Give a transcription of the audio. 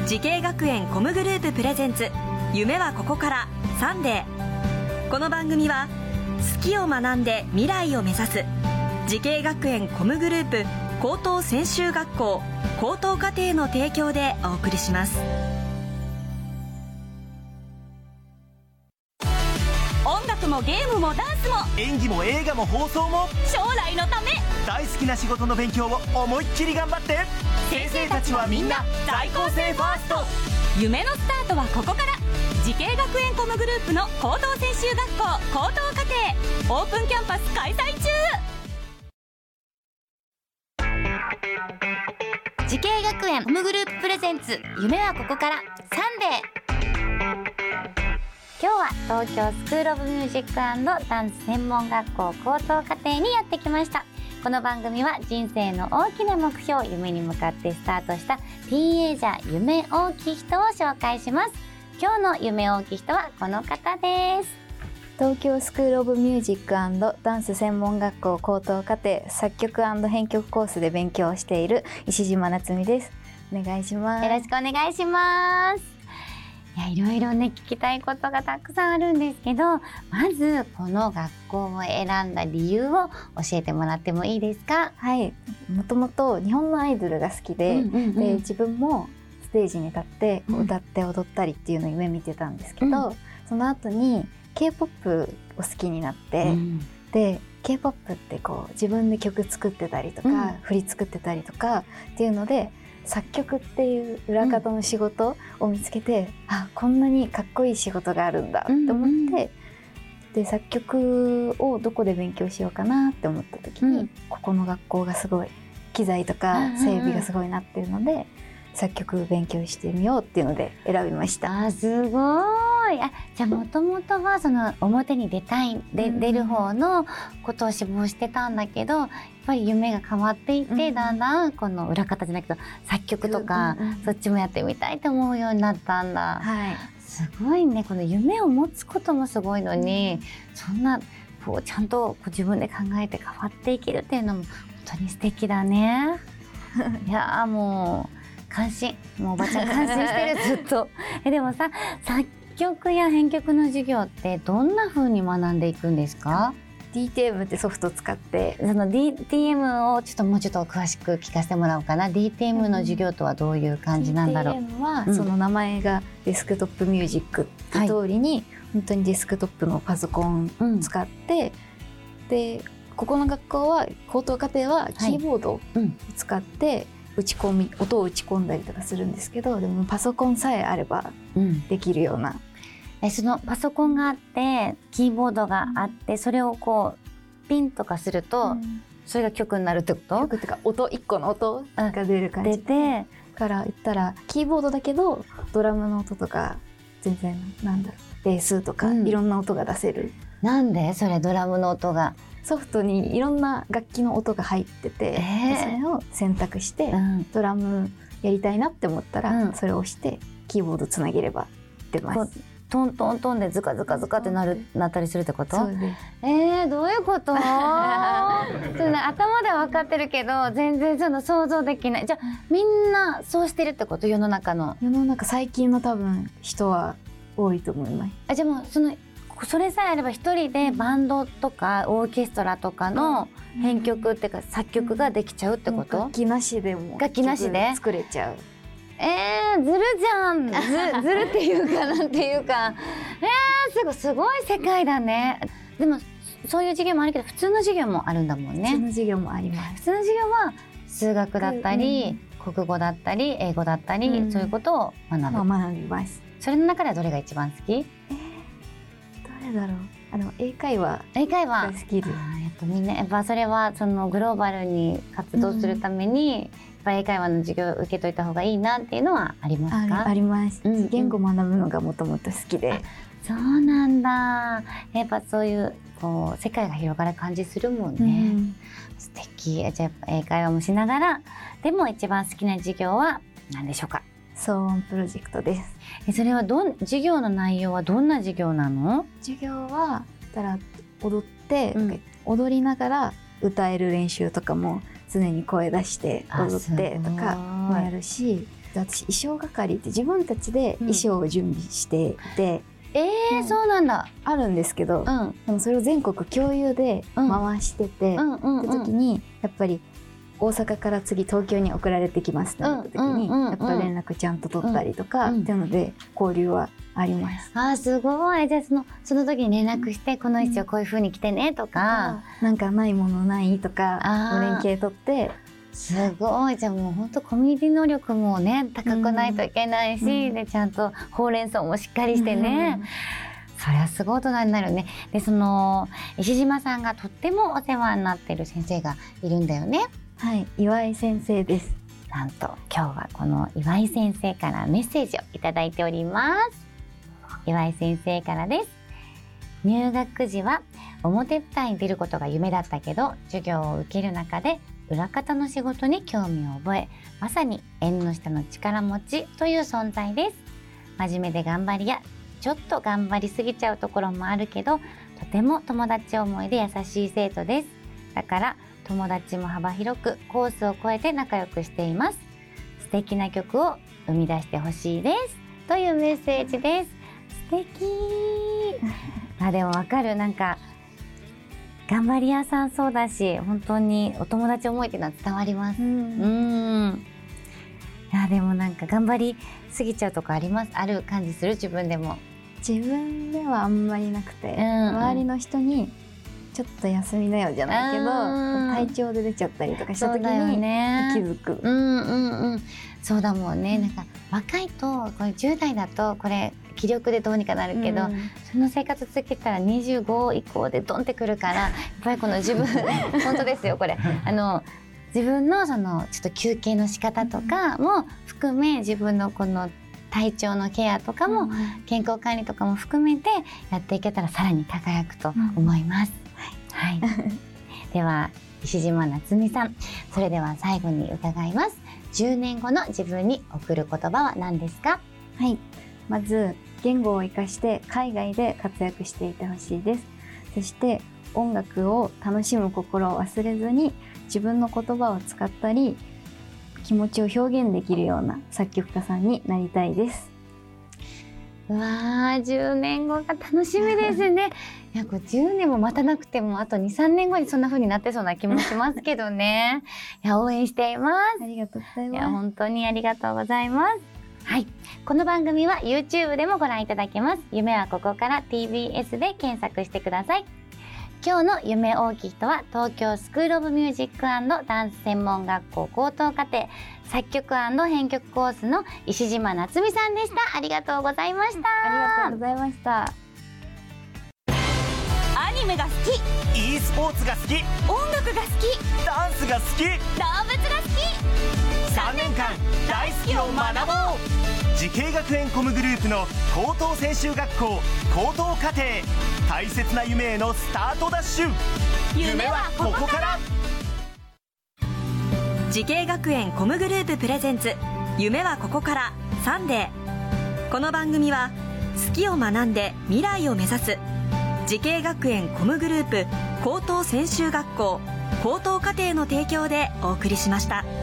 時系学園コムグループプレゼンツ夢はここからサンデー。この番組は好きを学んで未来を目指す時系学園コムグループ高等専修学校高等課程の提供でお送りします。音楽もゲームもダンスも演技も映画も放送も将来のため、 大好きな仕事の勉強を思いっきり頑張って。先生たちはみんな在校生ファースト。 夢のスタートはここから。時系学園コムグループの高等専修学校高等課程オープンキャンパス開催中。 時系学園コムグループプレゼンツ夢はここからサンデー。今日は東京スクールオブミュージック&ダンス専門学校高等課程にやってきました。この番組は人生の大きな目標、夢に向かってスタートしたティーンエイジャー夢大きい人を紹介します。今日の夢大きい人はこの方です。 東京スクールオブミュージック&ダンス専門学校高等課程作曲&編曲コースで勉強をしている石島夏美です。お願いします。 よろしくお願いします。いろいろね聞きたいことがたくさんあるんですけど、まずこの学校を選んだ理由を教えてもらってもいいですか？ はい、もともと日本のアイドルが好きで、で自分もステージに立って歌って踊ったりっていうのを夢見てたんですけど、その後に K-POP を好きになって、で K-POP ってこう自分で曲作ってたりとか、振り作ってたりとかっていうので作曲っていう裏方の仕事を見つけて、あ、こんなにかっこいい仕事があるんだと思って、で作曲をどこで勉強しようかなって思った時に、ここの学校がすごい機材とか整備がすごいなっていうので、作曲勉強してみようっていうので選びました。 すごい。じゃあもともとはその表に出る方のことを志望してたんだけど、やっぱり夢が変わっていって、だんだんこの裏方じゃないけど作曲とか、そっちもやってみたいと思うようになったんだ。すごいね。この夢を持つこともすごいのに、そんなこうちゃんとこう自分で考えて変わっていけるっていうのも本当に素敵だね。いやもう感心。もうおばちゃん感心してるずっと。でもさ、作曲や編曲の授業ってどんな風に学んでいくんですか ？DTM ってソフトを使って、 その DTM をもうちょっと詳しく聞かせてもらおうかな。DTM の授業とはどういう感じなんだろう。 DTM はその名前がデスクトップミュージックって通りに、本当にデスクトップのパソコンを使って、でここの学校は高等課程はキーボードを使って、音を打ち込んだりとかするんですけど、でもパソコンさえあればできるような、 そのパソコンがあってキーボードがあって、それをこうピンとかすると、それが曲になるってこと？ 曲っていうか1個の音が出る感じで、 から言ったらキーボードだけどドラムの音とか全然ベースとかいろんな音が出せる。 なんでそれドラムの音が？ ソフトにいろんな楽器の音が入ってて、でそれを選択して、ドラムやりたいなって思ったら、それを押してキーボードつなげれば出ます。 トントントンでズカズカズカってなったりするってこと？ そうです。 どういうこと？頭では分かってるけど全然その想像できない。じゃあみんなそうしてるってこと？世の中最近の多分人は多いと思います。 じゃあもうそれさえあれば一人でバンドとかオーケストラとかの編曲っていうか作曲ができちゃうってこと？ 楽器なしでも作れちゃう。 ずるじゃん。ずるっていうかなんていうか、すごい世界だね。でもそういう授業もあるけど普通の授業もあるんだもんね。 普通の授業もあります。 普通の授業は数学だったり、国語だったり英語だったり、そういうことを学びます。 それの中ではどれが一番好き？ どれだろう。英会話が好きで、 みんなやっぱそれはそのグローバルに活動するために、やっぱ英会話の授業を受けといた方がいいなっていうのはありますか？ あります。言語を学ぶのがもともと好きで。 そうなんだ。やっぱそういうこう世界が広がる感じするもんね。素敵。じゃあ英会話もしながら、でも一番好きな授業は何でしょうか？ 騒音プロジェクトです。 それは授業の内容はどんな授業なの？ 授業は踊って、踊りながら歌える練習とかも常に声出して踊ってとかもやるし、 私衣装係って自分たちで衣装を準備していて、 そうなんだ。 あるんですけど、でもそれを全国共有で回してて、って時にやっぱり大阪から次東京に送られてきますってなった時に、やっぱ連絡ちゃんと取ったりとかっていうので交流はあります。 すごい。じゃあその時に連絡してこの衣装こういう風に着てねとか、 なんかないものないとか連携取って。 すごい。じゃあもう本当コミュニティ能力もね高くないといけないし、でちゃんとほうれん草もしっかりしてね、そりゃすごい大人になるね。でその石島さんがとってもお世話になってる先生がいるんだよね。 はい、岩井先生です。 なんと今日はこの岩井先生からメッセージをいただいております。岩井先生からです。入学時は表舞台に出ることが夢だったけど、授業を受ける中で裏方の仕事に興味を覚え、まさに縁の下の力持ちという存在です。真面目で頑張りやちょっと頑張りすぎちゃうところもあるけど、とても友達思いで優しい生徒です。だから友達も幅広くコースを越えて仲良くしています。素敵な曲を生み出してほしいですというメッセージです。素敵でもわかる。なんか頑張り屋さんそうだし、本当にお友達思いっていうのは伝わります。いやでもなんか頑張りすぎちゃうとこある感じする？自分でも。 自分ではあんまりなくて、周りの人にちょっと休みなよじゃないけど、体調で出ちゃったりとかした時に気づく。そうだもんね。なんか若いとこれ10代だとこれ気力でどうにかなるけど、その生活続けたら25以降でドンってくるから、やっぱりこの自分本当ですよこれ自分のそのちょっと休憩の仕方とかも含め、自分のこの体調のケアとかも、健康管理とかも含めてやっていけたらさらに輝くと思います。では石島夏美さん、それでは最後に伺います。10年後の自分に贈る言葉は何ですか？ はい、まず言語を生かして海外で活躍していてほしいです。そして音楽を楽しむ心を忘れずに、自分の言葉を使ったり気持ちを表現できるような作曲家さんになりたいです。 うわー、10年後が楽しみですね。いや、これ10年も待たなくてもあと 2,3 年後にそんな風になってそうな気もしますけどね。いや、応援しています。 ありがとうございます。 いや、本当にありがとうございます。はい、この番組は YouTube でもご覧いただけます。夢はここから TBS で検索してください。今日の夢大きい人は東京スクールオブミュージック&ダンス専門学校高等課程作曲&編曲コースの石島夏美さんでした。ありがとうございました。 ありがとうございました。 アニメが好き、 e スポーツが好き、 音楽が好き、 ダンスが好き、 動物が好き。 3年間大好きを学ぼう。慈恵学園コムグループの高等専修学校高等課程、大切な夢へのスタートダッシュ。夢はここから。 慈恵学園コムグループプレゼンツ、夢はここからサンデー。この番組は好きを学んで未来を目指す慈恵学園コムグループ高等専修学校高等課程の提供でお送りしました。